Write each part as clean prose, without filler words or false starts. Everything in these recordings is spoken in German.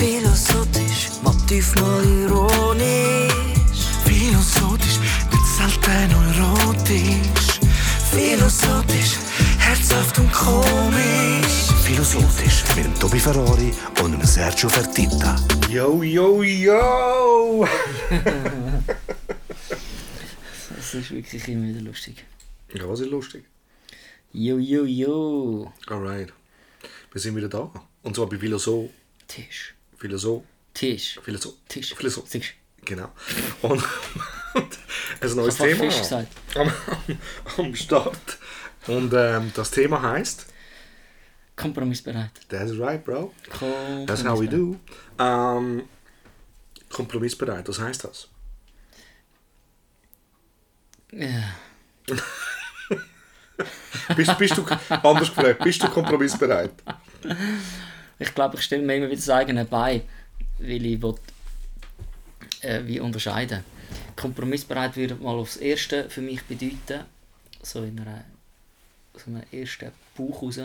Philosophisch, motiv mal ironisch. Philosophisch, nicht selten erotisch. Philosophisch, herzhaft und komisch. Philosophisch mit dem Tobi Ferrari und dem Sergio Fertitta. Yo, yo, yo! Das ist wirklich immer wieder lustig. Ja, was ist lustig? Yo, yo, yo. Alright. Wir sind wieder da. Und zwar bei Philosoph. Tisch. Philosoph. Tisch. Philosoph. Tisch. Philosoph. Tisch. Genau. Und ein neues Ich habe Thema Fisch gesagt. am Start. Und das Thema heisst... Kompromissbereit. That's right, bro. That's how we do. Kompromissbereit, was heisst das? Ja. Bist du, anders gefragt, bist du kompromissbereit? Ich glaube, ich stelle mir immer wieder das eigene Bein, weil ich will, wie unterscheiden. Kompromissbereit würde mal aufs Erste für mich bedeuten, so in einem ersten Bauch raus,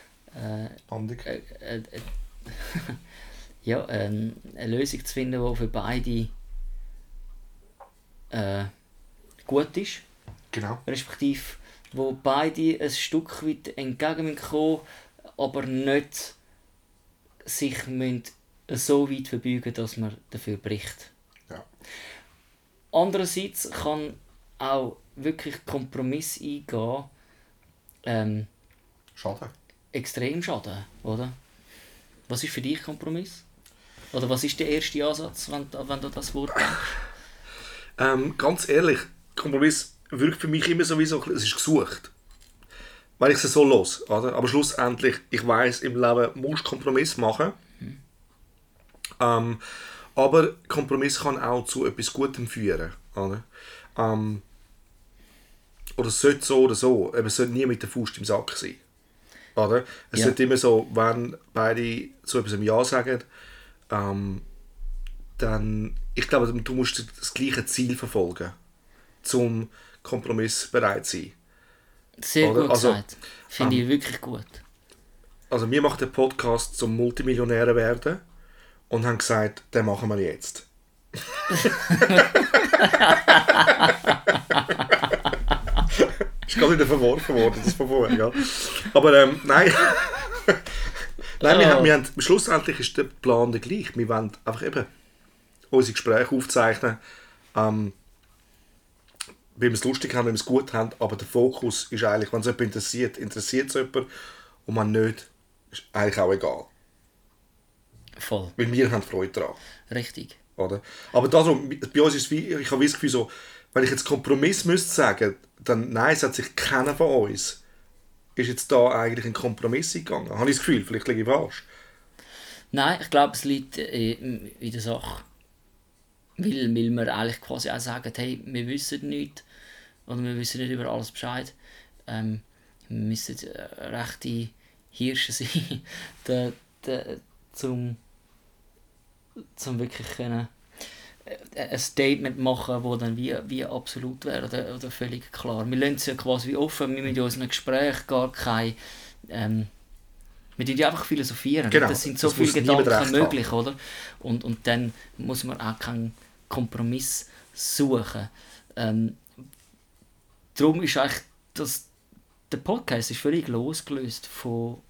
ja, eine Lösung zu finden, die für beide gut ist. Genau. Respektive, wo beide ein Stück weit entgegenkommen, aber nicht sich so weit verbeugen, dass man dafür bricht. Ja. Andererseits kann auch wirklich Kompromiss eingehen, Schade. extrem schaden, oder? Was ist für dich Kompromiss? Oder was ist der erste Ansatz, wenn du das Wort denkst? Ganz ehrlich, Kompromiss wirkt für mich immer sowieso, es ist gesucht. Weil ich es so los, oder? Aber schlussendlich, ich weiss, im Leben musst du Kompromiss machen. Aber Kompromiss kann auch zu etwas Gutem führen, oder? Oder es sollte so oder so, es sollte nie mit der Faust im Sack sein. Oder? Es sollte immer so, wenn beide zu etwas Ja sagen, dann, ich glaube, du musst das gleiche Ziel verfolgen, zum Kompromiss bereit zu sein. Sehr oder? gut gesagt. Finde ich wirklich gut. Also wir machen den Podcast zum Multimillionären werden und haben gesagt, den machen wir jetzt. Ist gerade wieder verworfen worden, das von vorher, ja. Aber nein. Nein, wir haben, schlussendlich ist der Plan der gleich. Wir wollen einfach eben unsere Gespräche aufzeichnen, weil wir es lustig haben, wenn wir es gut haben, aber der Fokus ist eigentlich, wenn es jemand interessiert, interessiert es jemand und wenn nicht, ist eigentlich auch egal. Voll. Weil wir haben Freude daran. Richtig. Oder? Aber darum, bei uns ist es wie, ich habe das Gefühl so, wenn ich jetzt Kompromiss müsste sagen, dann nein, es hat sich keiner von uns ist jetzt da eigentlich ein Kompromiss eingegangen. Habe ich das Gefühl, vielleicht liege ich falsch. Nein, ich glaube, es liegt in der Sache. Weil wir eigentlich quasi auch sagen, hey, wir wissen nichts oder wir wissen nicht über alles Bescheid. Wir müssen rechte Hirsche sein, zum wirklich können ein Statement machen, das dann wie absolut wäre oder völlig klar. Wir lassen es ja quasi offen, wir müssen in unserem Gespräch gar kein... wir tun einfach philosophieren. Genau, das sind so das viele muss niemand Gedanken recht möglich, oder? Und dann muss man auch keinen Kompromiss suchen. Darum ist eigentlich der Podcast ist völlig losgelöst von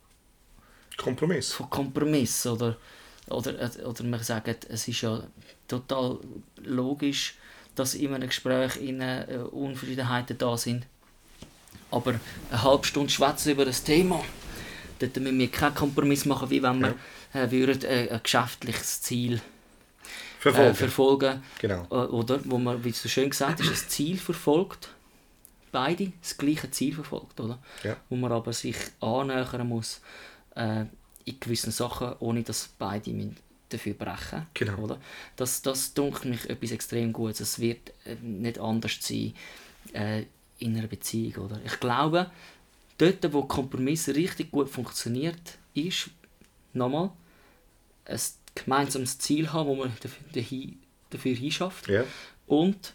Kompromiss, oder wir sagen, es ist ja total logisch, dass in einem Gespräch Unverschiedenheiten da sind. Aber eine halbe Stunde schwätzen über das Thema, dort müssen wir keinen Kompromiss machen, wie wenn wir würden, ein geschäftliches Ziel verfolgen. Genau. Oder, wo man, wie du so schön gesagt hast, ein Ziel verfolgt. Beide das gleiche Ziel verfolgt, oder? Ja. Wo man aber sich annähern muss in gewissen Sachen, ohne dass beide dafür brechen. Genau. Oder? Das dunkelt mich etwas extrem Gutes. Es wird nicht anders sein in einer Beziehung. Oder? Ich glaube, dort, wo Kompromiss richtig gut funktioniert, ist, nochmal, ein gemeinsames Ziel haben, wo man dafür hinschafft. Ja. Und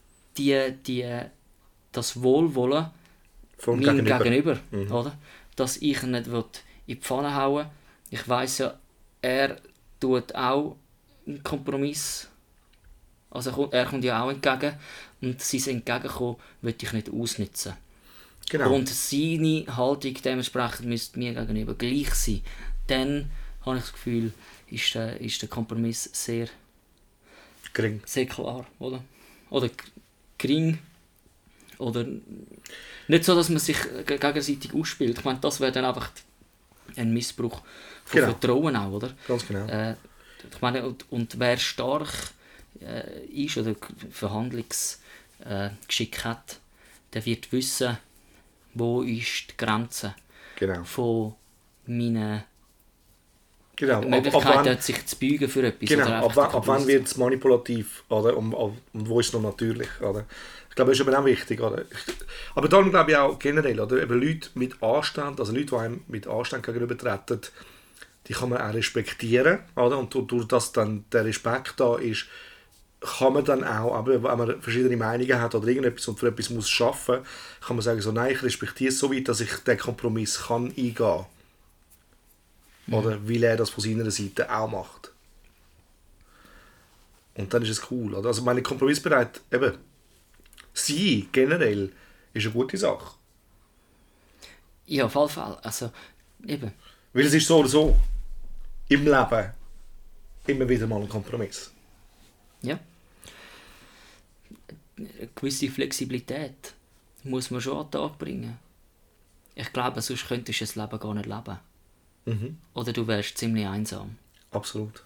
das Wohlwollen Vom meinem Gegenüber. Oder? Dass ich ihn nicht in die Pfanne hauen will. Ich weiss ja, er tut auch einen Kompromiss. Also er kommt ja auch entgegen und sein Entgegenkommen will ich nicht ausnutzen. Genau. Und seine Haltung dementsprechend müsste mir gegenüber gleich sein. Dann habe ich das Gefühl, ist der Kompromiss sehr Gering. sehr klar, oder? Oder gering. Oder nicht so, dass man sich gegenseitig ausspielt. Ich meine, das wäre dann einfach ein Missbrauch von Vertrauen auch, oder? Ganz genau. Ich meine, und wer stark ist oder Verhandlungsgeschick hat, der wird wissen, wo ist die Grenze von meinen Möglichkeiten, sich zu beugen für etwas. Genau, oder ab wann wird es manipulativ, oder? Und wo ist es noch natürlich, oder? Ich glaube, das ist eben auch wichtig, oder? Aber darum glaube ich auch generell, oder? Eben Leute mit Anstand, also Leute, die einem mit Anstand gegenübertreten, die kann man auch respektieren, oder? Und durch das dann der Respekt da ist, kann man dann auch, aber wenn man verschiedene Meinungen hat oder irgendetwas und für etwas muss schaffen, kann man sagen, so, nein, ich respektiere es so weit, dass ich den Kompromiss kann eingehen. Oder weil er das von seiner Seite auch macht. Und dann ist es cool. Oder? Also meine Kompromissbereit, eben, sie generell ist eine gute Sache. Ja, auf jeden Fall. Also, eben. Weil es ist so oder so im Leben immer wieder mal ein Kompromiss. Ja. Eine gewisse Flexibilität muss man schon an den Tag bringen. Ich glaube, sonst könntest du das Leben gar nicht leben. Oder du wärst ziemlich einsam. Absolut.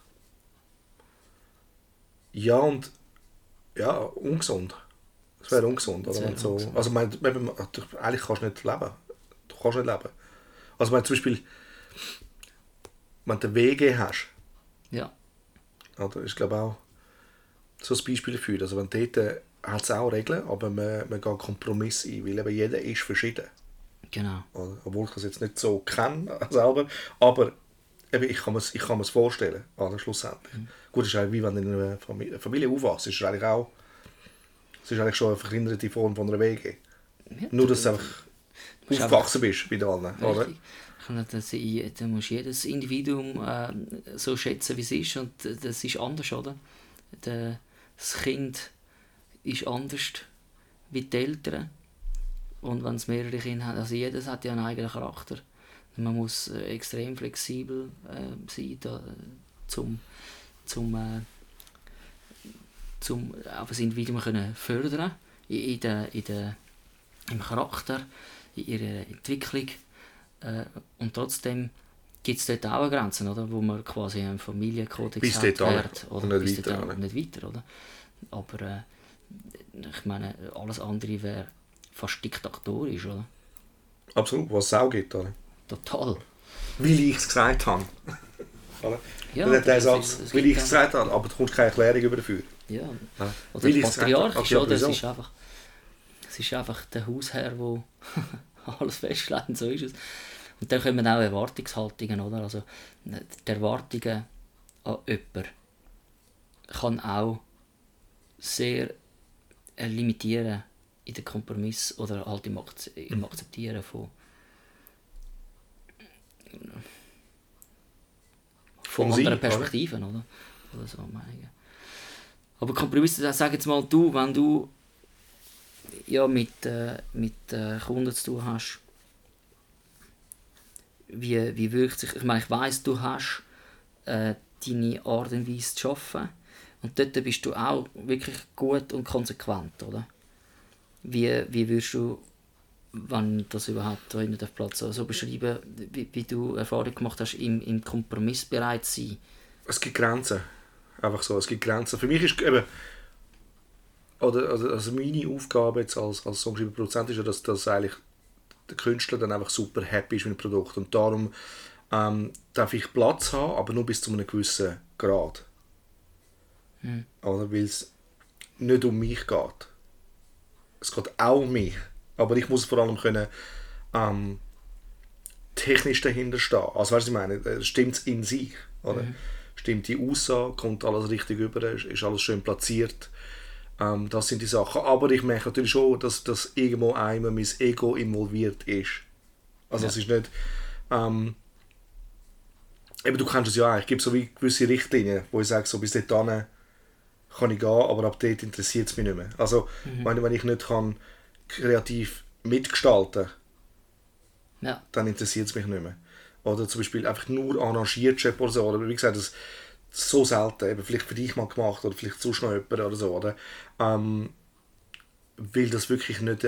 Ja, und ja, ungesund. Es wäre ungesund. Oder? Wenn so, ungesund. Also, eigentlich kannst du nicht leben. Du kannst nicht leben. Also, zum Beispiel, wenn du WG hast, ja. Oder, ist glaube auch so ein Beispiel dafür. Also, wenn dort hat es auch Regeln, aber man geht Kompromisse ein, weil eben jeder ist verschieden. Genau. Obwohl ich das jetzt nicht so kenne selber, aber eben, ich kann mir's vorstellen, schlussendlich. Gut, es ist wie wenn du in einer Familie aufwachst, es ist eigentlich schon eine verkleinerte Form von einer WG. Ja, nur, dass du einfach aufgewachsen bist bei allen. Oder? Du musst jedes Individuum so schätzen, wie es ist, und das ist anders, oder? Das Kind ist anders wie die Eltern. Und wenn es mehrere Kinder hat, also jedes hat ja einen eigenen Charakter. Man muss extrem flexibel sein, um auch das Individuum können fördern im Charakter, in ihrer Entwicklung. Und trotzdem gibt es dort auch Grenzen, oder? Wo man quasi einen Familienkodex hat. Oder nicht weiter, oder? Aber ich meine, alles andere wäre fast diktatorisch, oder? Absolut, was es auch gibt, oder? Total. Weil ich es gesagt habe. Ja, der Satz, weil ich es gesagt habe, aber du kommst keine Erklärung dafür. Ja. Oder patriarchisch, oder? Es ist einfach der Hausherr, der alles festlegt, und so ist es. Und dann kommen auch Erwartungshaltungen, oder? Also die Erwartungen an jemanden kann auch sehr limitieren in den Kompromiss oder halt im Akzeptieren von anderen Perspektiven, oder so Meinungen. Aber Kompromisse, sag jetzt mal du, wenn du ja mit Kunden zu tun hast, wie wirkt sich, ich meine, ich weiss, du hast deine Art und Weise zu arbeiten, und dort bist du auch wirklich gut und konsequent, oder? Wie würdest du, wenn das überhaupt nicht auf Platz so beschreiben, wie du Erfahrung gemacht hast, im Kompromiss bereit zu sein? Es gibt Grenzen. Einfach so, es gibt Grenzen. Für mich ist eben, also meine Aufgabe jetzt als Songschreiber-Produzent ist ja, dass eigentlich der Künstler dann einfach super happy ist mit dem Produkt. Und darum darf ich Platz haben, aber nur bis zu einem gewissen Grad. Oder weil es nicht um mich geht. Es geht auch um mich. Aber ich muss vor allem können technisch dahinter stehen. Also weißt du, was ich meine? Stimmt es in sich? Oder? Stimmt die Aussage? Kommt alles richtig über? Ist alles schön platziert? Das sind die Sachen. Aber ich merke natürlich schon, dass irgendwo einmal mein Ego involviert ist. Also es ist nicht... eben, du kennst es ja auch, ich gebe so wie gewisse Richtlinien, wo ich sage, so bis dorthin kann ich gehen, aber ab dort interessiert es mich nicht mehr. Also, wenn ich nicht kann kreativ mitgestalten kann, dann interessiert es mich nicht mehr. Oder zum Beispiel einfach nur arrangiert oder so. Oder wie gesagt, das ist so selten. Eben vielleicht für dich mal gemacht oder vielleicht sonst noch jemand oder so. Oder? Weil das wirklich nicht...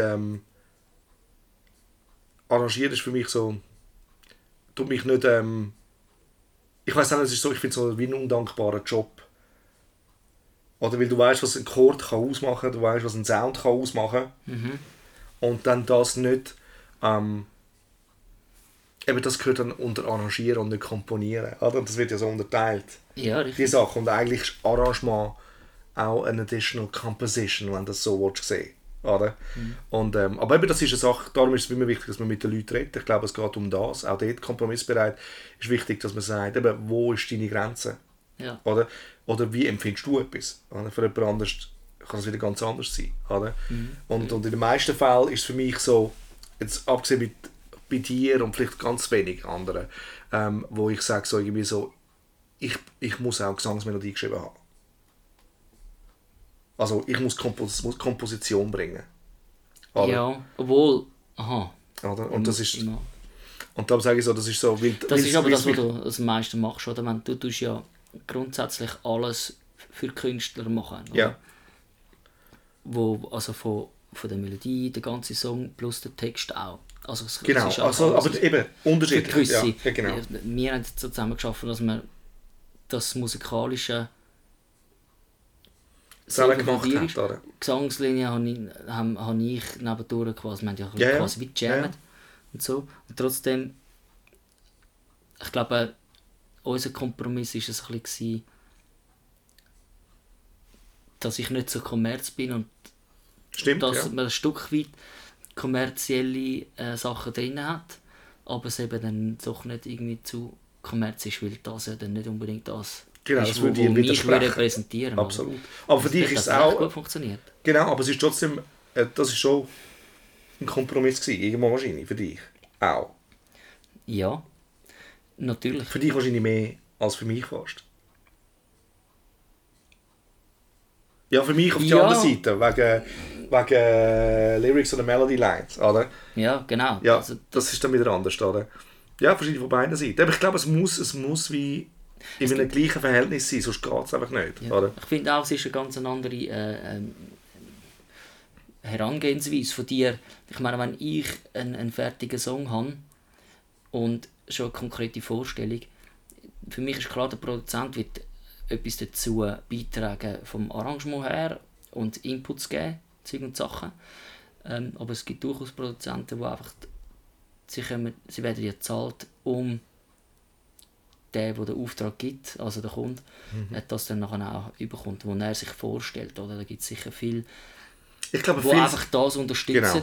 arrangiert ist für mich so... Tut mich nicht... ich weiß nicht, es ist so, ich finde es so wie ein undankbarer Job. Oder weil du weißt, was ein Chord kann ausmachen, du weißt, was ein Sound kann ausmachen. Und dann das nicht... eben das gehört dann unter Arrangieren und nicht Komponieren. Oder? Das wird ja so unterteilt. Ja, richtig. Die Sache. Und eigentlich ist Arrangement auch eine additional composition, wenn du das so sehen. Oder? Und, aber eben das ist eine Sache, darum ist es immer wichtig, dass man mit den Leuten redet. Ich glaube, es geht um das. Auch dort kompromissbereit ist wichtig, dass man sagt, eben, wo ist deine Grenze? Ja. Oder wie empfindest du etwas? Oder? Für jemand anderes kann es wieder ganz anders sein. Oder? Und in den meisten Fällen ist es für mich so, jetzt abgesehen bei dir und vielleicht ganz wenig anderen, wo ich sage, so irgendwie so, ich muss auch Gesangsmelodie geschrieben haben. Also ich muss Komposition bringen. Oder? Ja, obwohl... Aha. Oder? Und das ist... Ja. Und darum sage ich so, das ist so... Das ist aber das, was du am meisten machst, oder? Du tust ja grundsätzlich alles für Künstler machen. Oder? Ja. Wo, also von der Melodie, der ganze Song plus der Text auch. Also es Genau, ist also, aber eben unterschiedlich. Ja, genau. Wir haben so zusammen geschaffen, dass wir das Musikalische selber gemacht hat, oder? Gesangslinie habe ich nebendurch quasi, wir haben ja quasi wie gejammt und so. Und trotzdem, ich glaube, unser Kompromiss war es ein bisschen, dass ich nicht so kommerz bin und stimmt, dass man ein Stück weit kommerzielle Sachen drin hat, aber es eben dann doch nicht irgendwie zu kommerz ist, weil das ja dann nicht unbedingt das genau, ist, das wo würde mich repräsentieren. Absolut. Oder? Aber für dich ist es auch... gut funktioniert. Genau, aber es ist trotzdem... das ist schon ein Kompromiss gewesen, irgendwo wahrscheinlich, für dich. Auch. Ja, natürlich. Für dich wahrscheinlich mehr als für mich fast. Ja, für mich auf der anderen Seite, wegen Lyrics oder Melody Lines, oder? Ja, genau. Ja, also, das ist dann wieder anders, oder? Ja, wahrscheinlich von beiden Seiten. Aber ich glaube, es muss wie in einem gleichen Verhältnis sein, sonst geht es einfach nicht, ja. oder? Ich finde auch, es ist eine ganz andere Herangehensweise von dir. Ich meine, wenn ich einen fertigen Song habe und schon eine konkrete Vorstellung, für mich ist klar, der Produzent wird etwas dazu beitragen vom Arrangement her und Inputs geben, Zeug und Sachen. Aber es gibt durchaus Produzenten, die einfach sie werden ja gezahlt, um der den Auftrag gibt, also der Kunde, das dann nachher auch überkommt, wo er sich vorstellt. Oder? Da gibt es sicher viel, ich glaube, die einfach das unterstützen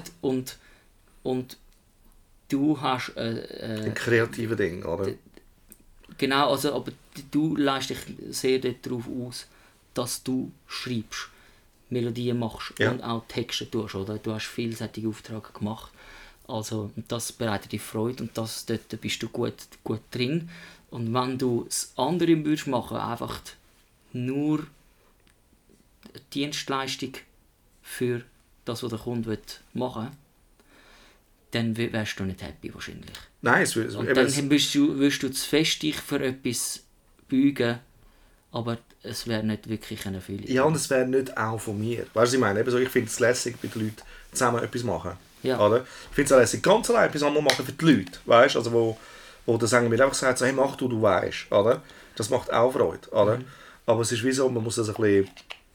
und du hast ein kreatives Ding, oder? Genau, also, aber du leist dich sehr darauf aus, dass du schreibst, Melodien machst und auch Texte tust, oder? Du hast vielseitige Aufträge gemacht, also das bereitet dir Freude und dort bist du gut drin. Und wenn du das andere würdest machen, einfach nur Dienstleistung für das, was der Kunde machen will, dann wärst du nicht happy wahrscheinlich. Nein, und dann wirst du zu fest dich für etwas beugen, aber es wäre nicht wirklich eine Erfüllung. Ja, und es wäre nicht auch von mir. Weißt du, was ich meine? Eben so, ich finde es lässig, mit den Leuten zusammen etwas machen. Ja. Oder? Ich finde es auch lässig, ganz allein etwas anderes machen für die Leute. Weißt? Also wo der Sänger mir einfach sagt, so, hey, mach du weißt. Oder? Das macht auch Freude. Oder? Aber es ist wie so, man muss das ein bisschen...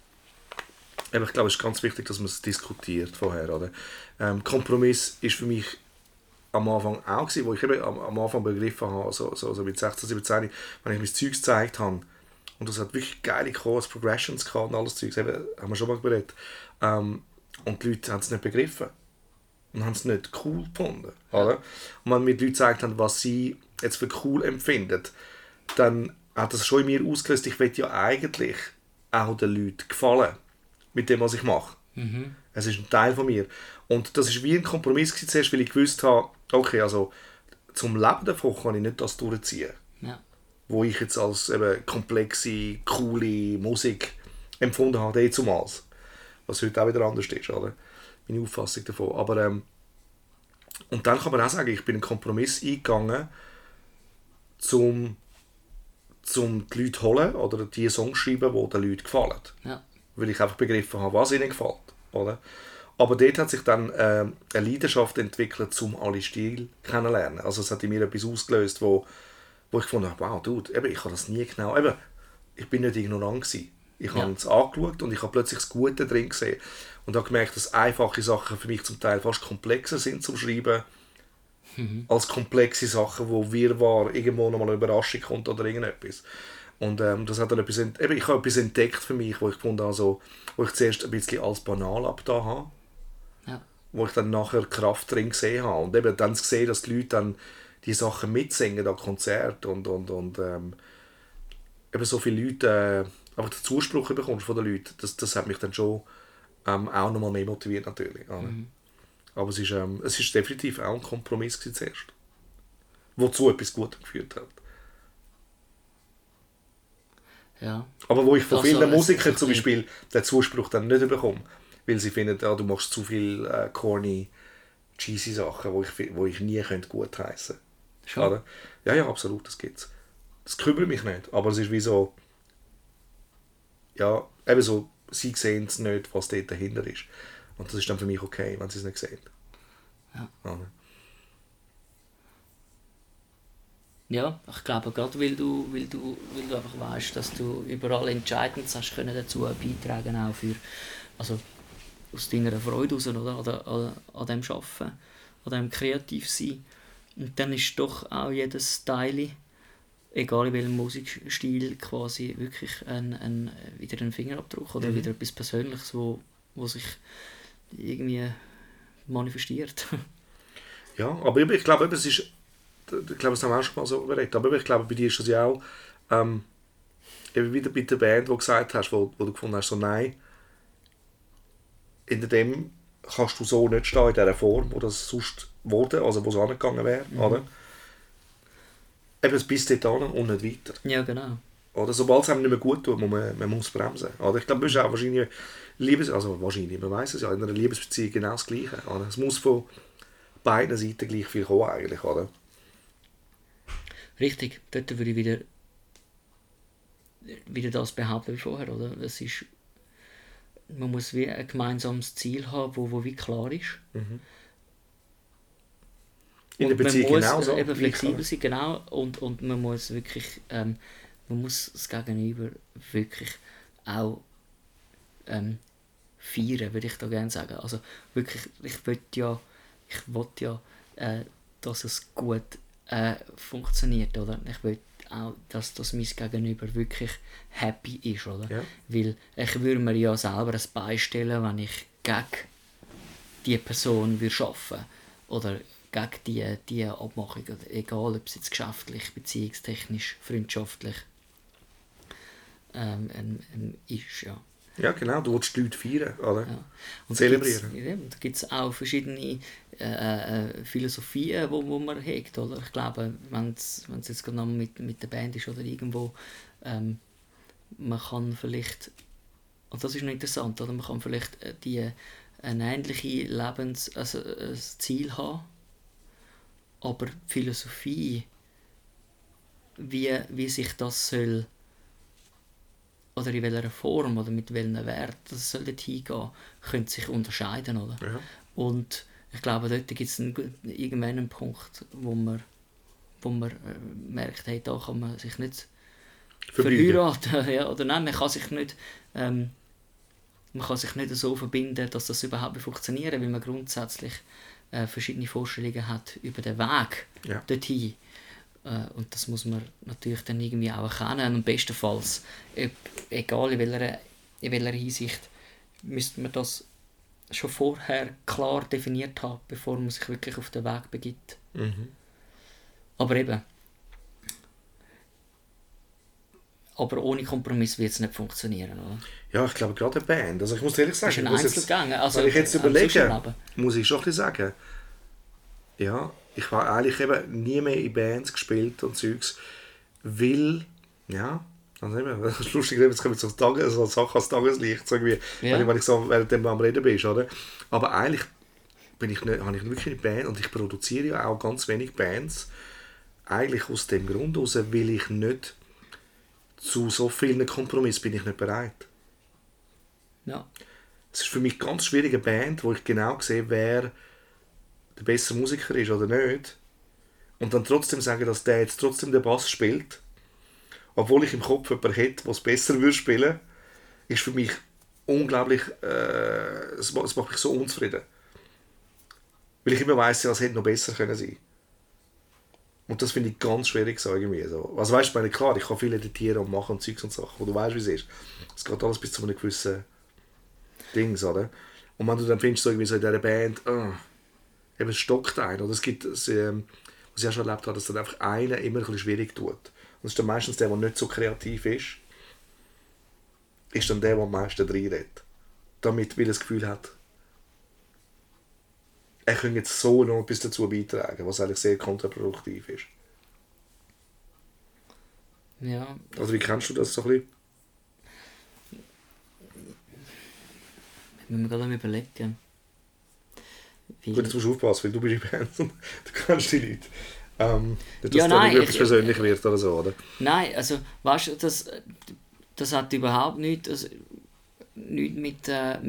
Ich glaube, es ist ganz wichtig, dass man es diskutiert vorher. Oder? Kompromiss ist für mich am Anfang auch gewesen, wo ich eben am Anfang begriffen habe, so mit 16, 17, wenn ich mein Zeug gezeigt habe, und das hat wirklich geile Chords, Progressions gehabt und alles Zeug, haben wir schon mal geredet. Und die Leute haben es nicht begriffen und haben es nicht cool gefunden. Oder? Und wenn mir die Leute gezeigt haben, was sie jetzt für cool empfinden, dann hat das schon in mir ausgelöst, ich will ja eigentlich auch den Leuten gefallen mit dem, was ich mache. Es ist ein Teil von mir. Und das war wie ein Kompromiss zuerst, weil ich gewusst habe, okay, also zum Leben davon kann ich nicht das durchziehen. Ja. wo ich jetzt als eben komplexe, coole Musik empfunden habe, damals. Was heute auch wieder anders ist, oder? Meine Auffassung davon. Aber, und dann kann man auch sagen, ich bin einen Kompromiss eingegangen, um die Leute zu holen oder die Songs schreiben, die den Leuten gefallen. Ja. Weil ich einfach begriffen habe, was ihnen gefällt. Oder? Aber dort hat sich dann eine Leidenschaft entwickelt, um alle Stile kennenzulernen. Also es hat in mir etwas ausgelöst, wo ich gefunden habe, wow, Dude, eben, ich habe das nie genau... Eben, ich bin nicht ignorant gewesen. Ich habe es angeschaut und ich habe plötzlich das Gute drin gesehen. Und habe gemerkt, dass einfache Sachen für mich zum Teil fast komplexer sind zum Schreiben, als komplexe Sachen, wo Wirrwarr irgendwo nochmal eine Überraschung kommt oder irgendetwas. Und das hat dann etwas, ich habe etwas entdeckt für mich, wo ich gefunden habe, so, wo ich zuerst ein bisschen als banal abgetan habe, wo ich dann nachher Kraft drin gesehen habe. Und eben dann gesehen, dass die Leute dann die Sachen mitsingen an Konzerten und eben so viele Leute einfach den Zuspruch bekommst von den Leuten, das hat mich dann schon auch nochmal mehr motiviert natürlich. Aber es ist definitiv auch ein Kompromiss gewesen zuerst, wozu etwas Gutes geführt hat. Ja. Aber wo ich von Also, vielen Musikern zum Beispiel den Zuspruch dann nicht bekomme, weil sie finden, du machst zu viel corny, cheesy Sachen, wo ich nie gut heissen könnte. Ja, absolut, das gibt's. Das kümmert mich nicht, aber es ist wie so, ja, eben so, sie sehen es nicht, was dort dahinter ist. Und das ist dann für mich okay, wenn sie es nicht sehen. Ja. Ja. Ja, ich glaube, gerade weil du einfach weißt, dass du überall entscheidend hast können dazu beitragen, auch für, also aus deiner Freude raus, oder? An dem Arbeiten, an dem Kreativsein. Und dann ist doch auch jedes Teil, egal in welchem Musikstil, quasi wirklich wieder ein Fingerabdruck oder wieder etwas Persönliches, wo sich irgendwie manifestiert. Ja, aber ich glaube, es ist, ich glaube, das haben wir auch schon mal so überlegt, aber ich glaube, bei dir ist das ja auch eben wieder bei der Band, wo du gesagt hast, wo du gefunden hast, so nein, in dem kannst du so nicht stehen, in dieser Form, wo das sonst wurde, also wo es angegangen wäre, oder? Eben, es bis dort hin und nicht weiter. Ja, genau. Oder sobald es einem nicht mehr gut tut, man muss bremsen. Oder? Ich glaube, das ist auch wahrscheinlich, man weiß es ja, in einer Liebesbeziehung genau das Gleiche. Oder? Es muss von beiden Seiten gleich viel kommen eigentlich, oder? Richtig, dort würde ich wieder das behaupten wie vorher, oder? Es ist, man muss wie ein gemeinsames Ziel haben, wo wie klar ist. In der Beziehung genauso. Eben flexibel sein, genau. Und man muss wirklich, man muss das Gegenüber wirklich auch feiern, würde ich da gerne sagen. Also wirklich, ich will ja, dass es gut funktioniert, oder? Ich will auch, dass mein Gegenüber wirklich happy ist, oder? Ja. Weil ich würde mir ja selber ein Bein stellen, wenn ich gegen die Person arbeiten würde. Oder gegen die Abmachung, egal ob es jetzt geschäftlich, beziehungstechnisch, freundschaftlich ist. Ja. Ja, genau, du willst die Leute feiern, oder? Ja. Und zelebrieren. Da gibt es auch verschiedene Philosophien, wo man hegt, oder? Ich glaube, wenn es jetzt gerade mit der Band ist oder irgendwo, man kann vielleicht, und das ist noch interessant, oder? Man kann vielleicht ein ähnliches Ziel haben, aber die Philosophie, wie sich das soll, oder in welcher Form oder mit welchen Wert das soll dort hingehen, könnte sich unterscheiden, oder? Ja. Und ich glaube, dort gibt es irgendwann einen Punkt, wo man merkt, hey, da kann man sich nicht verheiraten, ja, oder nein, man kann sich nicht so verbinden, dass das überhaupt funktioniert, weil man grundsätzlich verschiedene Vorstellungen hat über den Weg dorthin. Und das muss man natürlich dann irgendwie auch erkennen. Und bestenfalls, egal in welcher Hinsicht, müsste man das schon vorher klar definiert haben, bevor man sich wirklich auf den Weg begibt. Aber eben, ohne Kompromiss wird es nicht funktionieren, oder? Ja, ich glaube gerade eine Band. Also ich muss ehrlich sagen, wenn ich jetzt überlege, muss ich schon ein bisschen sagen, ja, ich habe eigentlich eben nie mehr in Bands gespielt und Zeugs, Weil, ja, also eben, das ist lustig, jetzt kommen so Sachen als Tageslicht, so irgendwie, Ja. wenn ich so während du am Reden bist, oder? Aber eigentlich habe ich wirklich eine Band und ich produziere ja auch ganz wenig Bands, eigentlich aus dem Grund heraus, weil ich nicht zu so vielen Kompromissen bin ich nicht bereit. Ja. Es ist für mich ganz schwierig, eine Band, wo ich genau sehe, wer der bessere Musiker ist oder nicht. Und dann trotzdem sagen, dass der jetzt trotzdem den Bass spielt, obwohl ich im Kopf jemanden hätte, der es besser würde spielen, ist für mich unglaublich, es macht mich so unzufrieden. Weil ich immer weiss, ja, es hätte noch besser können sein. Und das finde ich ganz schwierig so irgendwie. So. Also weißt du, klar, ich kann viel editieren und machen und Zeugs und Sachen, wo du weißt, wie es ist. Es geht alles bis zu einem gewissen Dings, oder? Und wenn du dann findest, so irgendwie so in dieser Band, eben es stockt ein, oder es gibt, was ich auch schon erlebt habe, dass dann einfach einer immer ein bisschen schwierig tut. Und das ist dann meistens der nicht so kreativ ist dann der am meisten reinredet. Damit, weil er das Gefühl hat, er könnte jetzt so noch etwas dazu beitragen, was eigentlich sehr kontraproduktiv ist. Ja. Also wie kennst du das so ein bisschen? Wenn man gerade überlegt, ja. Wie... Gut, jetzt musst du aufpassen, weil du bist in Band und du kennst die Leute. Nicht, dass Ja, da nein, etwas persönlich wird oder so, oder? Nein, also weißt du, das hat überhaupt nichts, mit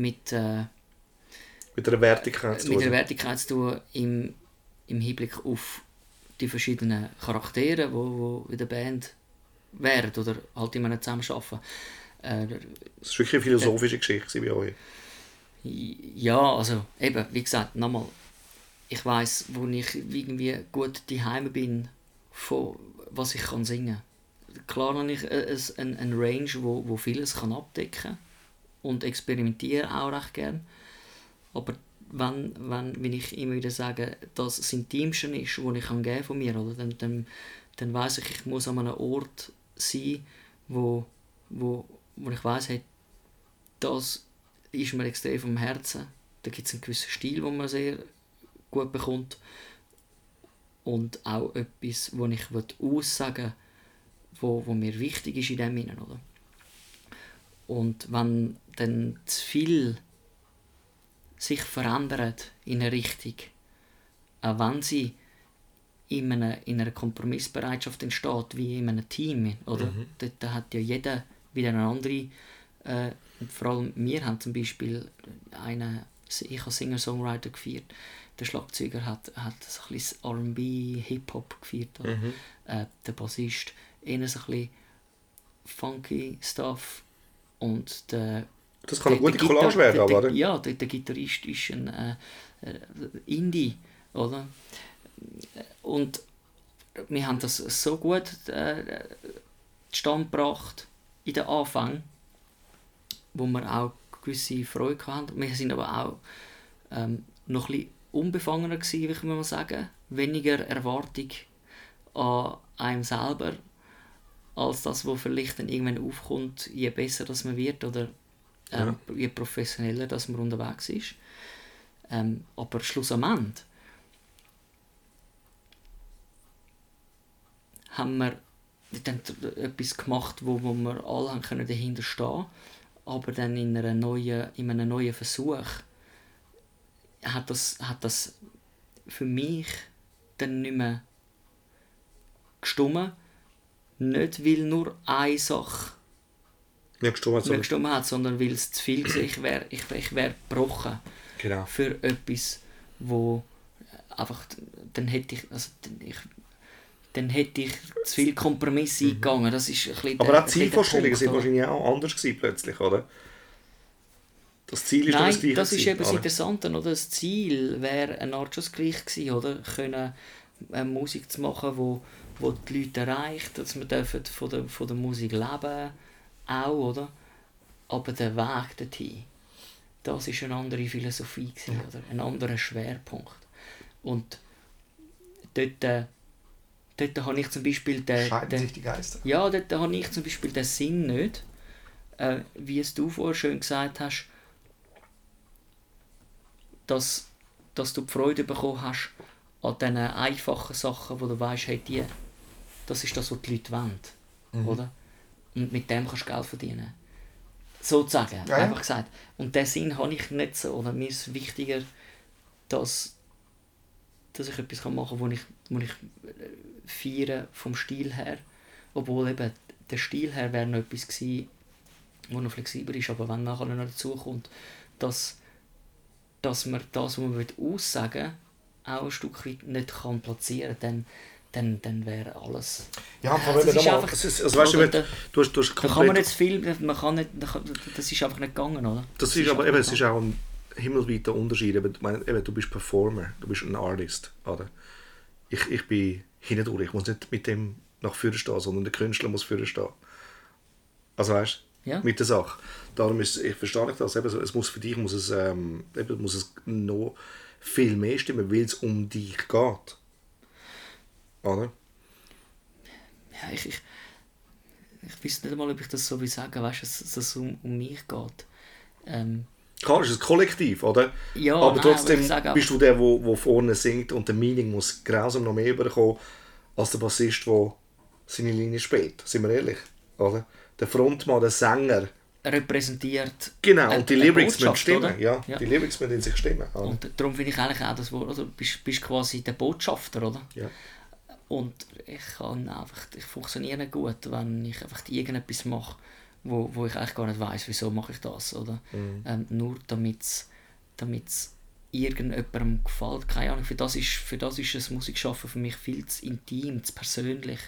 Mit einer Wertigkeit zu mit der tun. Wertigkeit zu tun im Hinblick auf die verschiedenen Charaktere, wo in der Band wären oder halt immer zusammenarbeiten. Das war wirklich eine philosophische Geschichte bei euch. Ja, also eben, wie gesagt, nochmal, ich weiss, wo ich irgendwie gut daheim bin, von was ich kann singen. Klar habe ich eine Range, wo vieles kann abdecken kann und experimentiere auch recht gern. Aber wenn ich immer wieder sage, dass das Intimste ist, das ich von mir geben kann, dann weiss ich muss an einem Ort sein, wo ich weiss, hey, das ist mir extrem vom Herzen. Da gibt es einen gewissen Stil, den man sehr gut bekommt. Und auch etwas, wo ich aussagen will, wo mir wichtig ist in dem Innen, oder? Und wenn dann zu viel sich verändert in eine Richtung, auch wenn sie in einer Kompromissbereitschaft entsteht, wie in einem Team, oder? Dort hat ja jeder wieder eine andere, vor allem wir haben zum Beispiel ich habe Singer-Songwriter geführt, der Schlagzeuger hat so ein bisschen R&B, Hip-Hop geführt, oder? Der Bassist eher so ein bisschen funky Stuff und der Das kann eine gute Collage werden, aber oder? Ja, der Gitarrist ist ein Indie, oder? Und wir haben das so gut zustande gebracht in den Anfang, wo wir auch gewisse Freude hatten. Wir sind aber auch noch ein bisschen unbefangener gewesen, wie kann man sagen. Weniger Erwartung an einem selber, als das, was vielleicht dann irgendwann aufkommt, je besser das man wird oder je professioneller dass man unterwegs ist. Aber schlussendlich haben wir dann etwas gemacht, wo wir alle haben können dahinter stehen, aber dann in einem neuen Versuch hat das für mich dann nicht mehr gestimmt. Nicht, weil nur eine Sache Nicht gestimmt hat, sondern weil es zu viel war. Ich wär gebrochen genau. für etwas, wo einfach dann hätte ich zu viel Kompromisse eingegangen. Das ist ein bisschen Aber auch Zielvorstellungen sind wahrscheinlich auch anders gewesen plötzlich, oder? Das Ziel ist Nein, das gleiche. das ist eben das oder? Interessante, oder? Das Ziel wäre eine Art schon das gleiche gewesen, oder? Können Musik zu machen, wo die Leute erreicht, dass wir dürfen von der Musik leben, auch, oder? Aber der Weg dorthin, das ist eine andere Philosophie gewesen, oder? Ein anderer Schwerpunkt. Und dort habe ich zum Beispiel Scheiden sich die Geister? Ja, dort habe ich zum Beispiel den Sinn nicht, wie es du vorher schön gesagt hast, dass du die Freude bekommen hast an diesen einfachen Sachen, wo du weißt, hey, das ist das, was die Leute wollen. Oder? Und mit dem kannst du Geld verdienen. Sozusagen, Ja. einfach gesagt. Und diesen Sinn habe ich nicht so. Oder mir ist wichtiger, dass ich etwas machen kann, wo ich feiere vom Stil her. Obwohl eben der Stil her wäre noch etwas gewesen, wo noch flexibler ist. Aber wenn nachher noch dazu kommt, dass man das, was man aussagen will, auch ein Stück weit nicht kann platzieren kann, dann wäre alles... Ja, vor das allem ist nochmal, einfach- weißt du hast Da kann man nicht zu viel, das ist einfach nicht gegangen, oder? Das ist aber eben, es ist auch ein himmelweiter Unterschied. Eben, du bist Performer, du bist ein Artist. Oder? Ich bin hindurch, ich muss nicht mit dem nach vorne stehen, sondern der Künstler muss vorne stehen. Also weißt du, Ja. mit der Sache. Darum ich verstehe das. Eben, es muss für dich muss es noch viel mehr stimmen, weil es um dich geht. Oder? Ja, ich weiß nicht einmal, ob ich das so will sagen, weißt, dass es um mich geht. Klar, es ist ein Kollektiv, oder? Ja, aber nein, trotzdem aber ich sage bist du der, der vorne singt und der Meaning muss grausam noch mehr überkommen als der Bassist, der seine Linie spielt. Sind wir ehrlich? Oder? Der Frontmann, der Sänger. repräsentiert Genau, und die eine Lyrics müssen Botschaft, stimmen. oder? Ja, Ja. die Lyrics müssen in sich stimmen. Oder? Und darum finde ich eigentlich auch das Wort, oder? Du bist quasi der Botschafter, oder? Ja. Und ich funktioniere nicht gut, wenn ich einfach irgendetwas mache, wo ich eigentlich gar nicht weiss, wieso mache ich das, oder? Nur damit es irgendjemandem gefällt. Keine Ahnung, für das ist das Musikschaffen für mich viel zu intim, zu persönlich.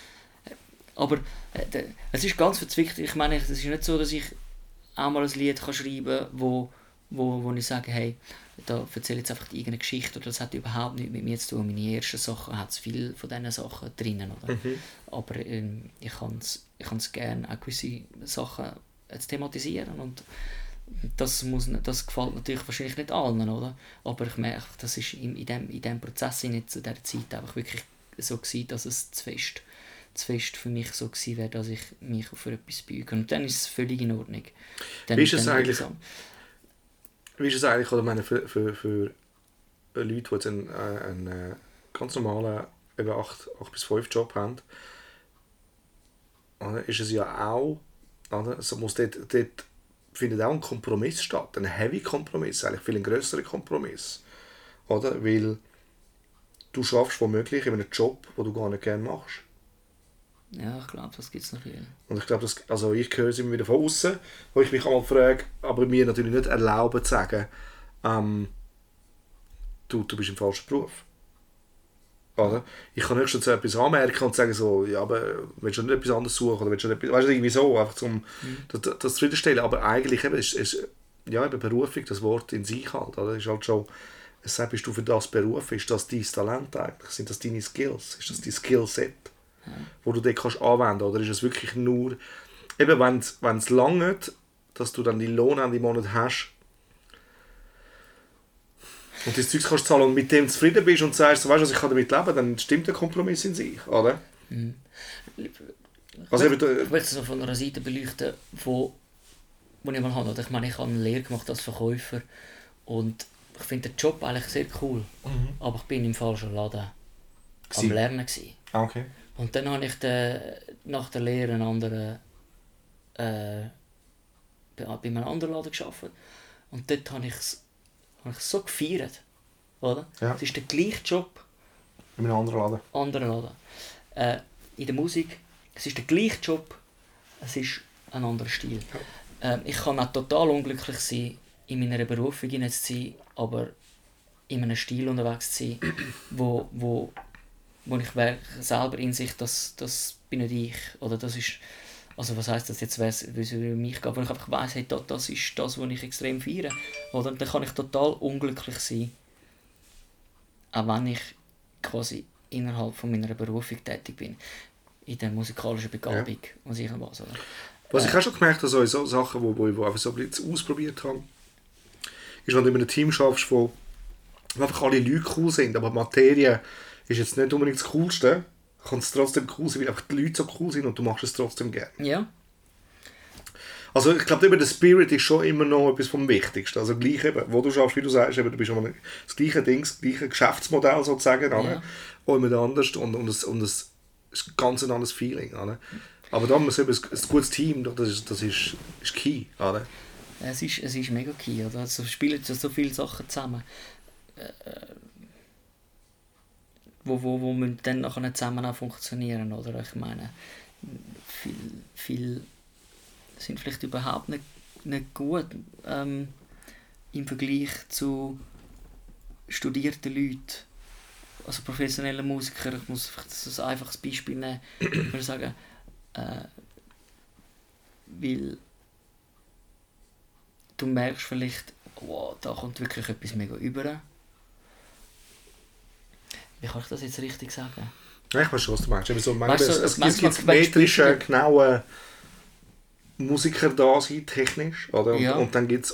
Aber es ist ganz verzwickt. Ich meine, es ist nicht so, dass ich auch mal ein Lied kann schreiben kann, wo ich sage, hey, da erzähle ich jetzt einfach irgendeine Geschichte, oder das hat überhaupt nichts mit mir zu tun. Meine ersten Sachen hat es viel von diesen Sachen drinnen, oder? Aber ich kann es gerne auch gewisse Sachen zu thematisieren, und das gefällt natürlich wahrscheinlich nicht allen, oder? Aber ich merke, das ist in diesem Prozess nicht zu dieser Zeit einfach wirklich so gewesen, dass es zu fest für mich so gewesen wäre, dass ich mich für etwas beuge. Und dann ist es völlig in Ordnung. Wie ist es eigentlich, oder meine, für Leute, die jetzt einen ganz normalen 8 bis 5 Job haben, oder, ist es ja auch, oder, es muss dort findet auch ein Kompromiss statt, ein heavy Kompromiss, eigentlich viel ein grösserer Kompromiss, oder, weil du schaffst womöglich in einem Job, den du gar nicht gerne machst. Ja, ich glaube, das gibt es noch viel. Und ich glaube, ich höre es immer wieder von außen, wo ich mich einmal frage, aber mir natürlich nicht erlauben zu sagen, du bist im falschen Beruf. Oder? Ich kann höchstens etwas anmerken und sagen so, ja, aber willst du nicht etwas anderes suchen, oder willst du nicht etwas, weißt du, irgendwie so, einfach zum das zufriedenstellen. Aber eigentlich eben, ist eben Berufung, das Wort in sich halt, oder? Ist halt schon, es sagt, bist du für das berufen, ist das dein Talent eigentlich, sind das deine Skills, ist das dein Skillset, wo du dort kannst anwenden, oder ist es wirklich nur, eben wenn es langt, dass du dann die Lohn Ende Monat hast und das Zeug kannst zahlen und mit dem zufrieden bist und sagst, so, weißt du, ich kann damit leben, dann stimmt der Kompromiss in sich, oder? Also Ich möchte es noch von einer Seite beleuchten, wo ich mal habe. Ich meine, ich habe eine Lehre gemacht als Verkäufer und ich finde den Job eigentlich sehr cool, aber ich bin im falschen Laden am Lernen gewesen. Okay. Und dann habe ich nach der Lehre einen anderen, bei einem anderen Laden gearbeitet. Und dort habe ich es so gefeiert. Oder? Ja. Es ist der gleiche Job, In einem anderen Laden. anderen Laden. In der Musik, es ist der gleiche Job, es ist ein anderer Stil. Ich kann auch total unglücklich sein, in meiner Berufung zu sein, aber in einem Stil unterwegs zu sein, wo ich selber in sich, das bin nicht ich. Oder das ist, also was heisst das jetzt, wie es über mich geht, wo ich einfach weiss, hey, das ist das, was ich extrem feiere. Oder dann kann ich total unglücklich sein, auch wenn ich quasi innerhalb von meiner Berufung tätig bin, in der musikalischen Begabung und irgendwas. Oder? Was ich auch schon gemerkt habe, so Sachen, wo ich einfach so ein bisschen ausprobiert habe, ist, wenn du in einem Team schaffst, wo einfach alle Leute cool sind, aber die Materie ist jetzt nicht unbedingt das Coolste, kann es trotzdem cool sein, weil einfach die Leute so cool sind und du machst es trotzdem gerne. Ja. Also ich glaube, der Spirit ist schon immer noch etwas vom Wichtigsten. Also gleich eben, wo du schaffst, wie du sagst, eben, du bist immer das gleiche Ding, das gleiche Geschäftsmodell sozusagen, Ja. auch immer anders und es ist ein ganz anderes Feeling. Oder? Aber da muss eben ein gutes Team, das ist key. Oder? Es ist mega key, oder? Also spielen so viele Sachen zusammen, wo müssen dann nachher zusammen auch funktionieren, oder? Ich meine, viel sind vielleicht überhaupt nicht gut im Vergleich zu studierten Leuten, also professionellen Musiker. Ich muss vielleicht ein einfaches Beispiel nehmen, ich würde sagen, weil du merkst vielleicht, wow, da kommt wirklich etwas mega über. Wie kann ich das jetzt richtig sagen? Ja, ich weiß schon, was du meinst. So, es gibt metrische, genaue Musiker da sein, technisch. Oder? Ja. Und dann gibt's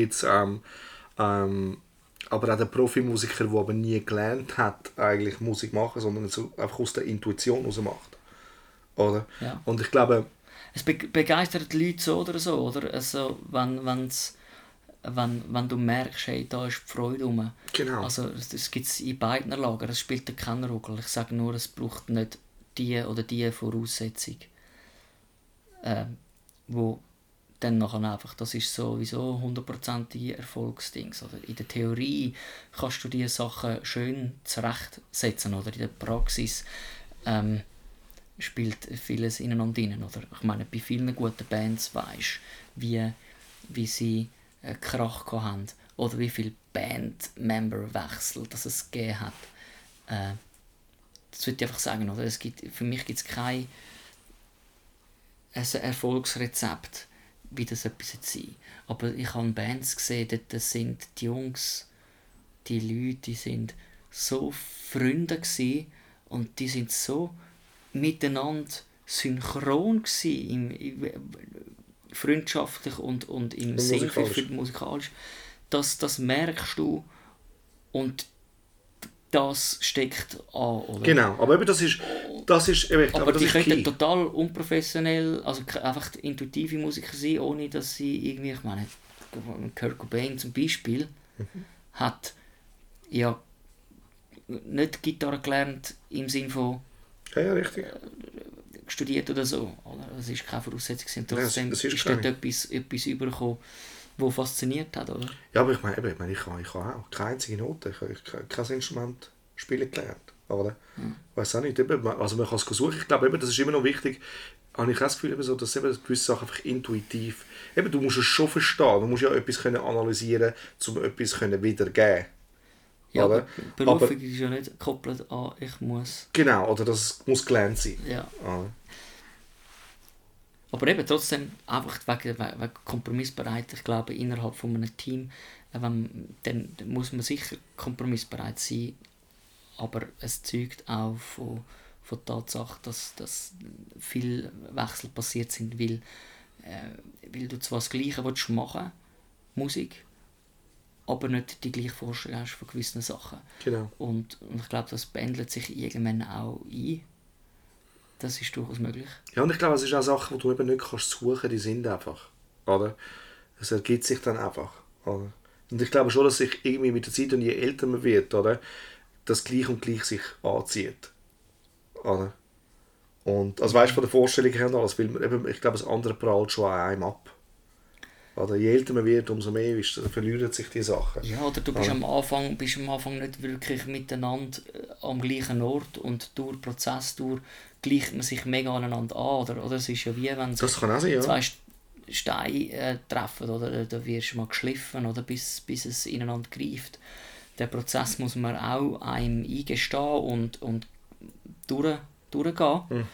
aber auch der Profimusiker, der aber nie gelernt hat, eigentlich Musik machen, sondern so einfach aus der Intuition heraus macht. Oder? Ja. Und ich glaube... Es begeistert die Leute so oder so, oder? Also, wenn du merkst, hey, da ist die Freude rum. Genau. Also, das gibt es in beiden Lagern, es spielt da keine Rolle. Ich sage nur, es braucht nicht die oder die Voraussetzung, wo dann nachher einfach, das ist sowieso 100%ige Erfolgsdings. Oder in der Theorie kannst du diese Sachen schön zurechtsetzen, oder in der Praxis spielt vieles ineinander rein, oder? Ich meine, bei vielen guten Bands weisst du, wie sie Krach haben oder wie viele Bandmemberwechsel es gegeben hat. Das würde ich einfach sagen, oder? Für mich gibt es kein Erfolgsrezept, wie das etwas sein. Aber ich habe Bands gesehen, das sind die Jungs, die Leute, die sind so Freunde gewesen und die sind so miteinander synchron gewesen, freundschaftlich und im Sinn für musikalisch. Das merkst du und das steckt an, oder? Genau, aber eben das ist eben, aber die könnten key. Total unprofessionell, also einfach intuitive Musiker sein, ohne dass sie irgendwie, ich meine, Kurt Cobain zum Beispiel hat ja nicht Gitarre gelernt im Sinne von Ja, richtig. Studiert oder so, oder? Das ist keine Voraussetzung. Trotzdem das ist dort etwas übergekommen, das fasziniert hat, oder? Ja, aber ich meine, ich habe auch keine einzige Note. Ich habe kein Instrument spielen gelernt. Oder? Ich weiß auch nicht. Also man kann es suchen. Ich glaube, das ist immer noch wichtig. Habe ich auch das Gefühl, dass gewisse Sachen einfach intuitiv... du musst es schon verstehen. Du musst ja etwas analysieren können, um etwas wiedergeben. Ja, oder? Berufung ist ja nicht gekoppelt an «ich muss». Genau, oder das muss gelernt sein. Ja. Oder? Aber eben trotzdem einfach wegen Kompromissbereit. Ich glaube, innerhalb von einem Team dann muss man sicher kompromissbereit sein, aber es zeugt auch von der Tatsache, dass viele Wechsel passiert sind, weil du zwar das Gleiche machen willst, Musik, aber nicht die gleiche Vorstellung hast von gewissen Sachen. Genau. Und ich glaube, das pendelt sich irgendwann auch ein. Das ist durchaus möglich. Ja, und ich glaube, es ist auch Sachen, die du eben nicht suchen kannst, die sind einfach. Oder? Es ergibt sich dann einfach. Oder? Und ich glaube schon, dass sich irgendwie mit der Zeit, und je älter man wird, oder, das Gleich und Gleich sich anzieht. Oder? Und, also weißt du, von der Vorstellung her und alles, weil man eben, ich glaube, das andere prallt schon an einem ab. Oder je älter man wird, umso mehr verlieren sich die Sachen. Ja, oder du bist am Anfang nicht wirklich miteinander am gleichen Ort und durch den Prozess gleicht man sich mega aneinander an. Oder es ist ja wie, wenn das kann auch sein, ja. zwei Steine treffen, oder da wirst du mal geschliffen, oder, bis es ineinander greift. Den Prozess muss man auch einem eingestehen und durchgehen.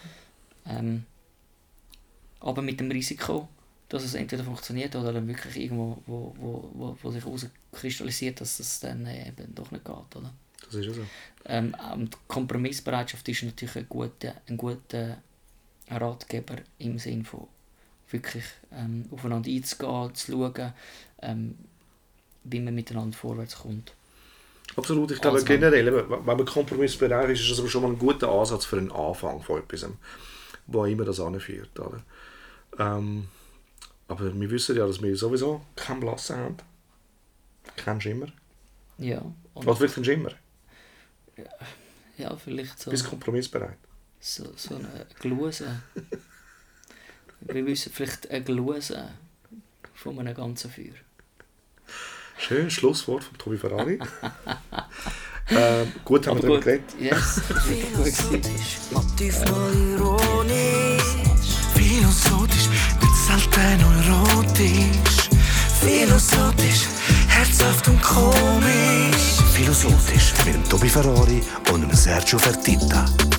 Aber mit dem Risiko, dass es entweder funktioniert oder dann wirklich irgendwo wo sich herauskristallisiert, dass es dann eben doch nicht geht. Oder? Das ist ja so. Die Kompromissbereitschaft ist natürlich ein guter Ratgeber im Sinne von wirklich aufeinander einzugehen, zu schauen, wie man miteinander vorwärts kommt. Absolut, ich glaube also, generell, wenn man kompromissbereit ist, ist das aber schon mal ein guter Ansatz für einen Anfang von etwas, wo immer das anführt. Oder? Aber wir wissen ja, dass wir sowieso keinen Blassen haben. Keinen Schimmer. Ja. Oder vielleicht einen Schimmer. Ja, vielleicht so. Bist kompromissbereit? So eine Gluse. Wir wissen vielleicht eine Gluse von einem ganzen Feuer. Schönes Schlusswort von Tobi Ferrari. Gut, haben wir darüber geredet. Yes, das war wirklich gut. Manchmal ironisch, philosophisch, nicht selten erotisch. Philosophisch, herzhaft und komisch. Philosophisch mit dem Tobi Ferrari und dem Sergio Fertitta.